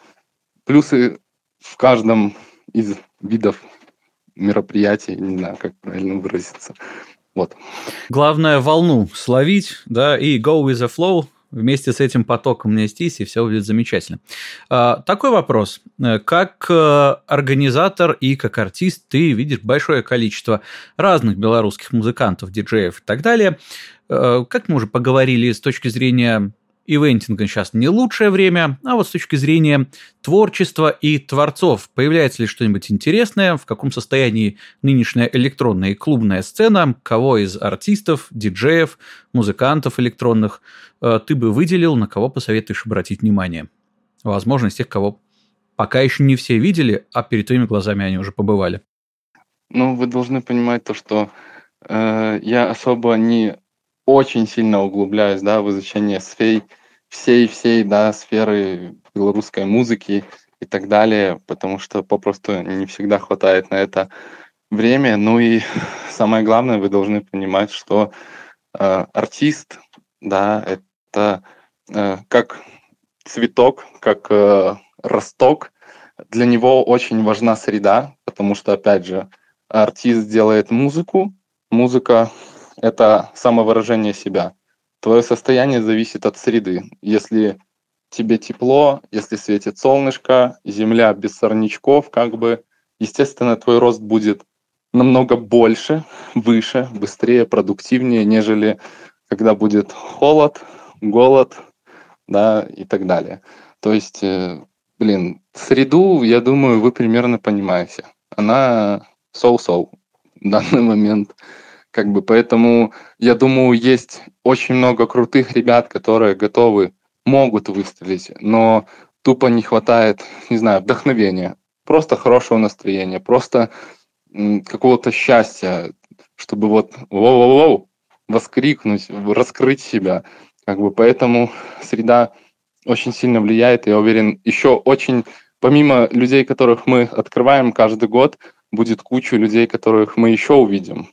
в каждом из видов мероприятий, не знаю, как правильно выразиться. Вот. Главное волну словить, да, и go with the flow, вместе с этим потоком нестись, и все будет замечательно. Такой вопрос. Как организатор и как артист ты видишь большое количество разных белорусских музыкантов, диджеев и так далее. Как мы уже поговорили, с точки зрения ивентинга сейчас не лучшее время, а вот с точки зрения творчества и творцов, появляется ли что-нибудь интересное, в каком состоянии нынешняя электронная и клубная сцена, кого из артистов, диджеев, музыкантов электронных ты бы выделил, на кого посоветуешь обратить внимание? Возможно, из тех, кого пока еще не все видели, а перед твоими глазами они уже побывали. Вы должны понимать то, что я особо не очень сильно углубляюсь, да, в изучение всей, да, сферы белорусской музыки и так далее, потому что попросту не всегда хватает на это время. Ну и самое главное, вы должны понимать, что артист, да, это как цветок, как росток. Для него очень важна среда, потому что, опять же, артист делает музыку, музыка – это самовыражение себя. Твое состояние зависит от среды. Если тебе тепло, если светит солнышко, земля без сорнячков, как бы, естественно, твой рост будет намного больше, выше, быстрее, продуктивнее, нежели когда будет холод, голод, да, и так далее. То есть, среду, я думаю, вы примерно понимаете. Она соу-соу в данный момент. Как бы, поэтому, я думаю, есть очень много крутых ребят, которые могут выстрелить, но тупо не хватает, не знаю, вдохновения, просто хорошего настроения, просто какого-то счастья, чтобы вот воу-воу-воу, воскрикнуть, раскрыть себя. Как бы, поэтому среда очень сильно влияет. Я уверен, еще очень, помимо людей, которых мы открываем каждый год, будет куча людей, которых мы еще увидим.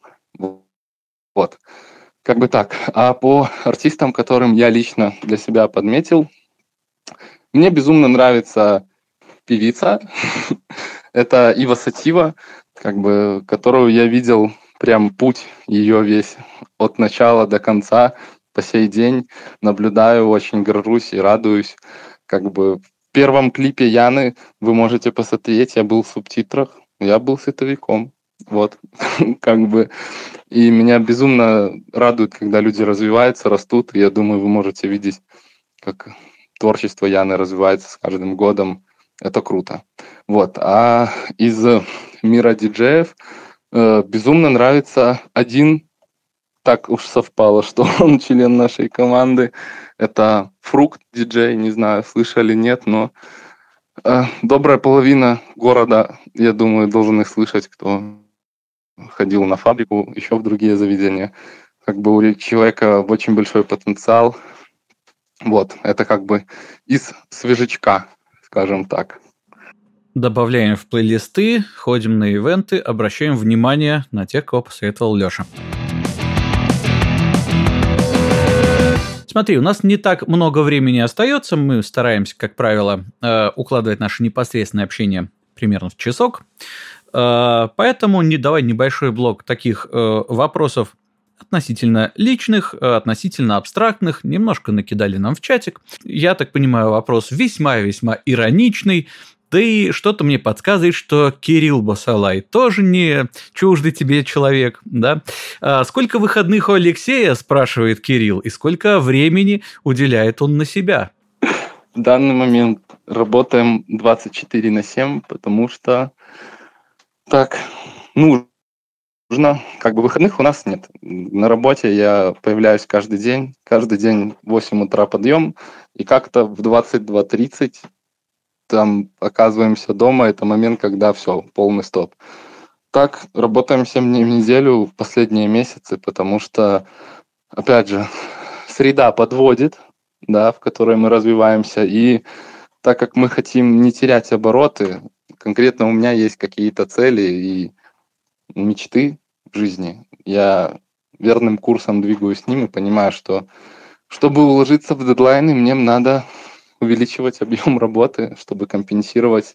Вот. Как бы так. А по артистам, которым я лично для себя подметил, мне безумно нравится певица. Это Ива Сатива, как бы, которую я видел прям путь ее весь от начала до конца по сей день. Наблюдаю, очень горжусь и радуюсь. Как бы в первом клипе Яны вы можете посмотреть, я был в субтитрах, я был световиком. Вот, как бы. И меня безумно радует, когда люди развиваются, растут. И я думаю, вы можете видеть, как творчество Яны развивается с каждым годом. Это круто. Вот. А из мира диджеев безумно нравится один, так уж совпало, что он член нашей команды. Это Фрукт диджей, не знаю, слышали, нет, но добрая половина города, я думаю, должен их слышать, кто ходил на фабрику, еще в другие заведения. Как бы у человека очень большой потенциал. Вот, это как бы из свежачка, скажем так. Добавляем в плейлисты, ходим на ивенты, обращаем внимание на тех, кого посоветовал Леша. Смотри, у нас не так много времени остается, мы стараемся, как правило, укладывать наше непосредственное общение примерно в часок, поэтому давай небольшой блок таких вопросов относительно личных, относительно абстрактных, немножко накидали нам в чатик. Я так понимаю, вопрос весьма-весьма ироничный, да и что-то мне подсказывает, что Кирилл Басалай тоже не чуждый тебе человек, да? Сколько выходных у Алексея, спрашивает Кирилл, и сколько времени уделяет он на себя? В данный момент работаем 24/7, потому что так нужно. Как бы выходных у нас нет. На работе я появляюсь каждый день в 8 утра подъем, и как-то в 22:30 там оказываемся дома. Это момент, когда все, полный стоп. Так, работаем 7 дней в неделю в последние месяцы, потому что, опять же, среда подводит, да, в которой мы развиваемся, и так как мы хотим не терять обороты, конкретно у меня есть какие-то цели и мечты в жизни. Я верным курсом двигаюсь с ним и понимаю, что чтобы уложиться в дедлайны, мне надо увеличивать объем работы, чтобы компенсировать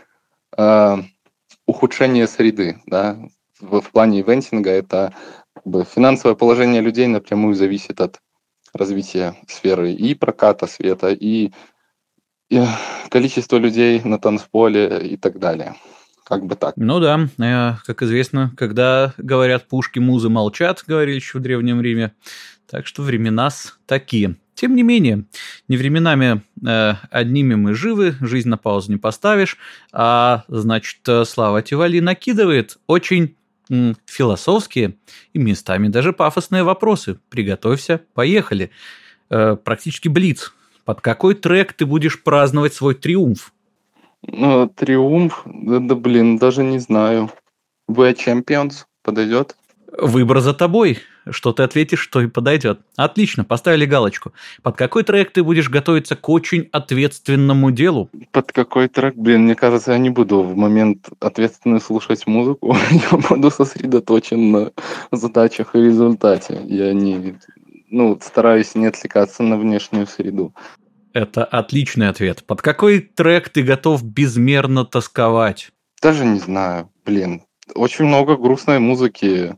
ухудшение среды. Да? В плане ивентинга это как бы финансовое положение людей напрямую зависит от развития сферы и проката света, и количество людей на танцполе и так далее. Как бы так. Ну да, как известно, когда говорят пушки, музы молчат, говорили еще в Древнем Риме. Так что времена-с такие. Тем не менее, не временами одними мы живы, жизнь на паузу не поставишь, а значит, Слава Тивали накидывает очень философские и местами даже пафосные вопросы. Приготовься, поехали. Практически блиц. Под какой трек ты будешь праздновать свой триумф? Ну, триумф, даже не знаю. We are Champions подойдет? Выбор за тобой. что ты ответишь, то и подойдет. Отлично, поставили галочку. Под какой трек ты будешь готовиться к очень ответственному делу? Под какой трек? Блин, мне кажется, я не буду в момент ответственно слушать музыку. Я буду сосредоточен на задачах и результате. Я не... стараюсь не отвлекаться на внешнюю среду. Это отличный ответ. Под какой трек ты готов безмерно тосковать? Даже не знаю, блин. Очень много грустной музыки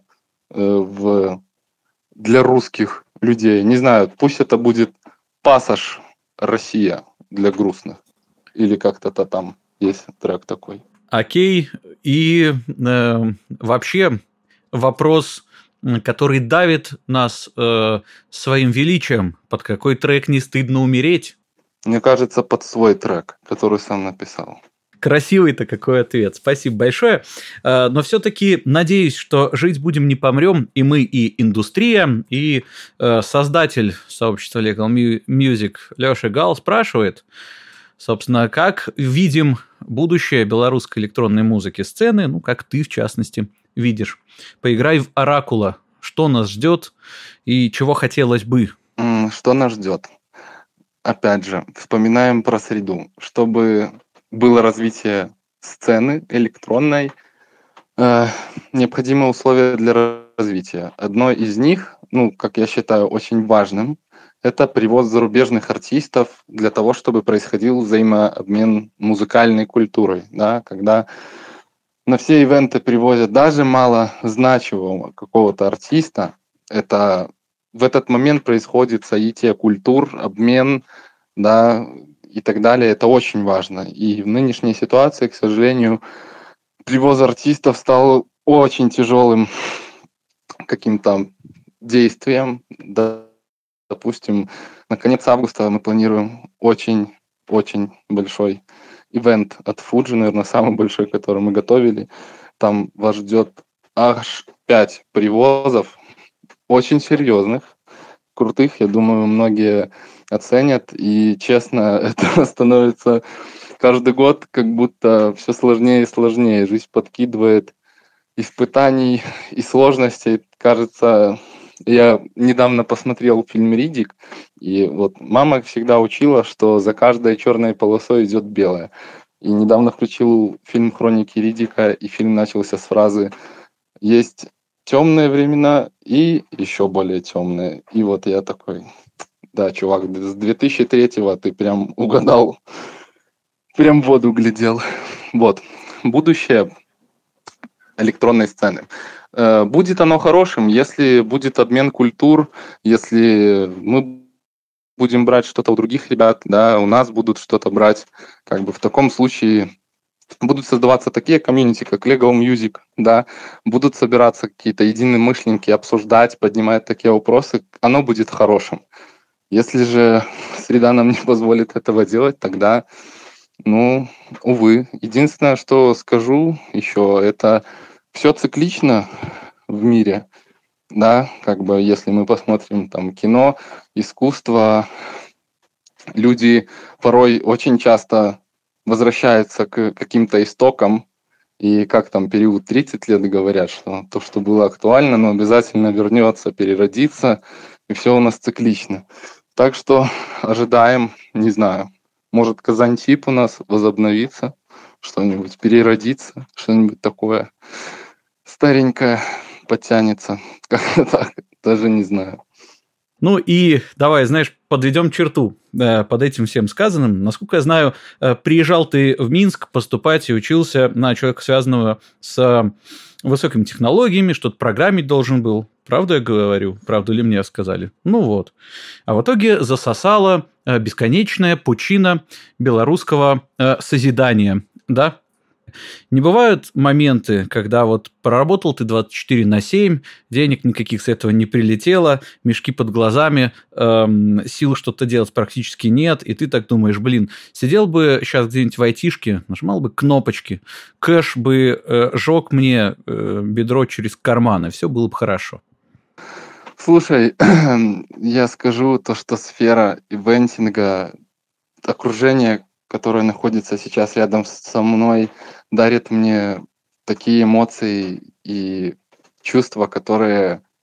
для русских людей. Не знаю, пусть это будет «Пассаж Россия» для грустных. Или как-то там есть трек такой. Окей. И вообще вопрос, который давит нас своим величием. Под какой трек не стыдно умереть? Мне кажется, под свой трек, который сам написал. Красивый-то какой ответ. Спасибо большое. Но все-таки надеюсь, что жить будем, не помрем. И мы, и индустрия, и создатель сообщества Legal Music Леша Гал спрашивает, собственно, как видим будущее белорусской электронной музыки сцены, ну, как ты, в частности, видишь. Поиграй в Оракула. Что нас ждет и чего хотелось бы? Что нас ждет? Опять же, вспоминаем про среду. Чтобы было развитие сцены электронной, необходимы условия для развития. Одно из них, как я считаю, очень важным, это привоз зарубежных артистов для того, чтобы происходил взаимообмен музыкальной культурой. Да? Когда на все ивенты привозят даже малозначимого какого-то артиста, в этот момент происходит соитие культур, обмен, да, и так далее. Это очень важно. И в нынешней ситуации, к сожалению, привоз артистов стал очень тяжелым каким-то действием. Да, допустим, на конец августа мы планируем очень большой ивент от Fuji, наверное, самый большой, который мы готовили. Там вас ждет аж 5 привозов, очень серьезных, крутых, я думаю, многие оценят. И, честно, это становится каждый год как будто все сложнее и сложнее. Жизнь подкидывает испытаний и сложностей. Кажется, я недавно посмотрел фильм «Риддик», и вот мама всегда учила, что за каждой черной полосой идет белая. И недавно включил фильм «Хроники Риддика», и фильм начался с фразы «Есть темные времена и еще более темные». И вот я такой, да, чувак, с 2003-го ты прям угадал, прям в воду глядел. Вот, будущее электронной сцены. Будет оно хорошим, если будет обмен культур, если мы будем брать что-то у других ребят, да, у нас будут что-то брать, как бы в таком случае будут создаваться такие комьюнити, как Legal Music, да, будут собираться какие-то единомышленники, обсуждать, поднимать такие вопросы, оно будет хорошим. Если же среда нам не позволит этого делать, тогда, увы. Единственное, что скажу еще, это все циклично в мире, да, как бы если мы посмотрим там кино, искусство, люди порой очень часто возвращаются к каким-то истокам, и как там период 30 лет говорят, что то, что было актуально, но обязательно вернется, переродится, и все у нас циклично. Так что ожидаем, не знаю, может Казантип у нас возобновится, что-нибудь переродится, что-нибудь такое старенькое подтянется. Как-то так, даже не знаю. Ну и давай, знаешь, подведем черту под этим всем сказанным. Насколько я знаю, приезжал ты в Минск поступать и учился на человека, связанного с высокими технологиями, что-то программить должен был. Правда я говорю? Правду ли мне сказали? Ну вот. А в итоге засосала бесконечная пучина белорусского созидания, да? Не бывают моменты, когда вот проработал ты 24/7, денег никаких с этого не прилетело, мешки под глазами, сил что-то делать практически нет, и ты так думаешь, сидел бы сейчас где-нибудь в айтишке, нажимал бы кнопочки, кэш бы жег мне бедро через карманы, все было бы хорошо. Слушай, я скажу то, что сфера ивентинга, окружение, которое находится сейчас рядом со мной, дарит мне такие эмоции и чувства, которые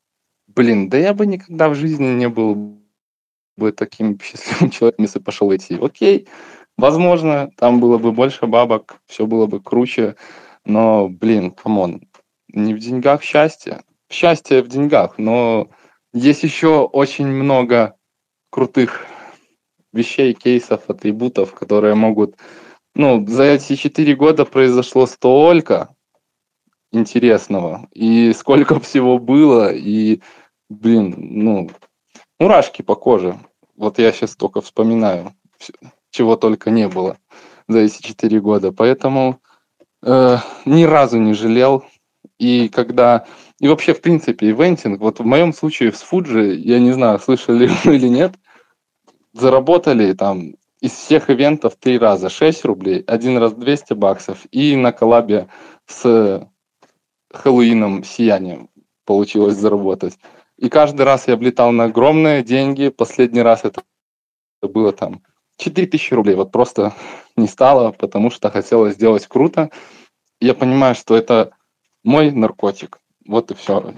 блин, да я бы никогда в жизни не был бы таким счастливым человеком, если пошел в IT. Окей, возможно, там было бы больше бабок, все было бы круче, но, блин, камон, не в деньгах счастье. Счастье в деньгах, но есть еще очень много крутых вещей, кейсов, атрибутов, которые могут... Ну, за эти 4 года произошло столько интересного, и сколько всего было, и, блин, ну, мурашки по коже. Вот я сейчас только вспоминаю, чего только не было за эти 4 года. Поэтому ни разу не жалел. И когда... И вообще, в принципе, ивентинг, вот в моем случае с Fuji, я не знаю, слышали вы или нет, заработали там из всех ивентов 3 раза 6 рублей, 1 раз $200, и на коллабе с Хэллоуином «Сиянием» получилось заработать. И каждый раз я облетал на огромные деньги. Последний раз это было там 4000 рублей. Вот просто не стало, потому что хотелось сделать круто. И я понимаю, что это мой наркотик. Вот и все.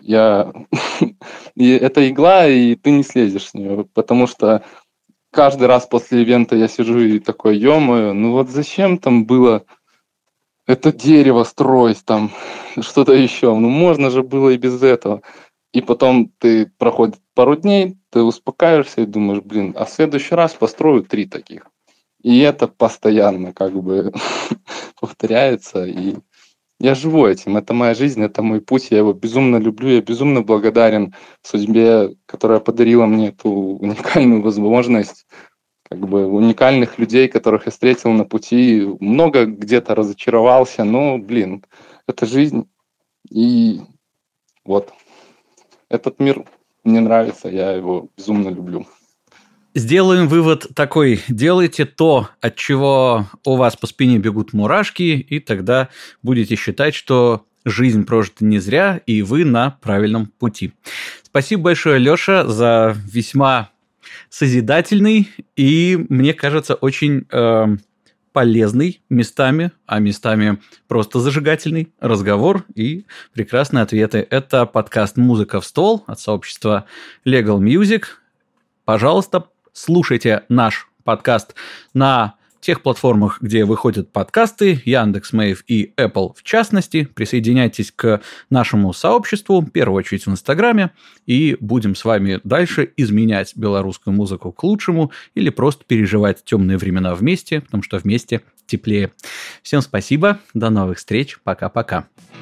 И это игла, и ты не слезешь с нее. Потому что каждый раз после ивента я сижу и такой, ё-моё, ну вот зачем там было это дерево строить, там что-то еще? Ну можно же было и без этого. И потом ты проходит пару дней, ты успокаиваешься и думаешь, блин, а в следующий раз построю 3 таких. И это постоянно как бы повторяется. И я живу этим, это моя жизнь, это мой путь, я его безумно люблю, я безумно благодарен судьбе, которая подарила мне эту уникальную возможность, как бы уникальных людей, которых я встретил на пути. Много где-то разочаровался, но, блин, это жизнь. И вот, этот мир мне нравится, я его безумно люблю. Сделаем вывод такой. Делайте то, от чего у вас по спине бегут мурашки, и тогда будете считать, что жизнь прожита не зря, и вы на правильном пути. Спасибо большое, Леша, за весьма созидательный и, мне кажется, очень полезный местами, а местами просто зажигательный разговор и прекрасные ответы. Это подкаст «Музыка в стол» от сообщества Legal Music. Пожалуйста, слушайте наш подкаст на тех платформах, где выходят подкасты, Яндекс.Мейв и Apple в частности. Присоединяйтесь к нашему сообществу, в первую очередь в Инстаграме, и будем с вами дальше изменять белорусскую музыку к лучшему или просто переживать темные времена вместе, потому что вместе теплее. Всем спасибо, до новых встреч, пока-пока.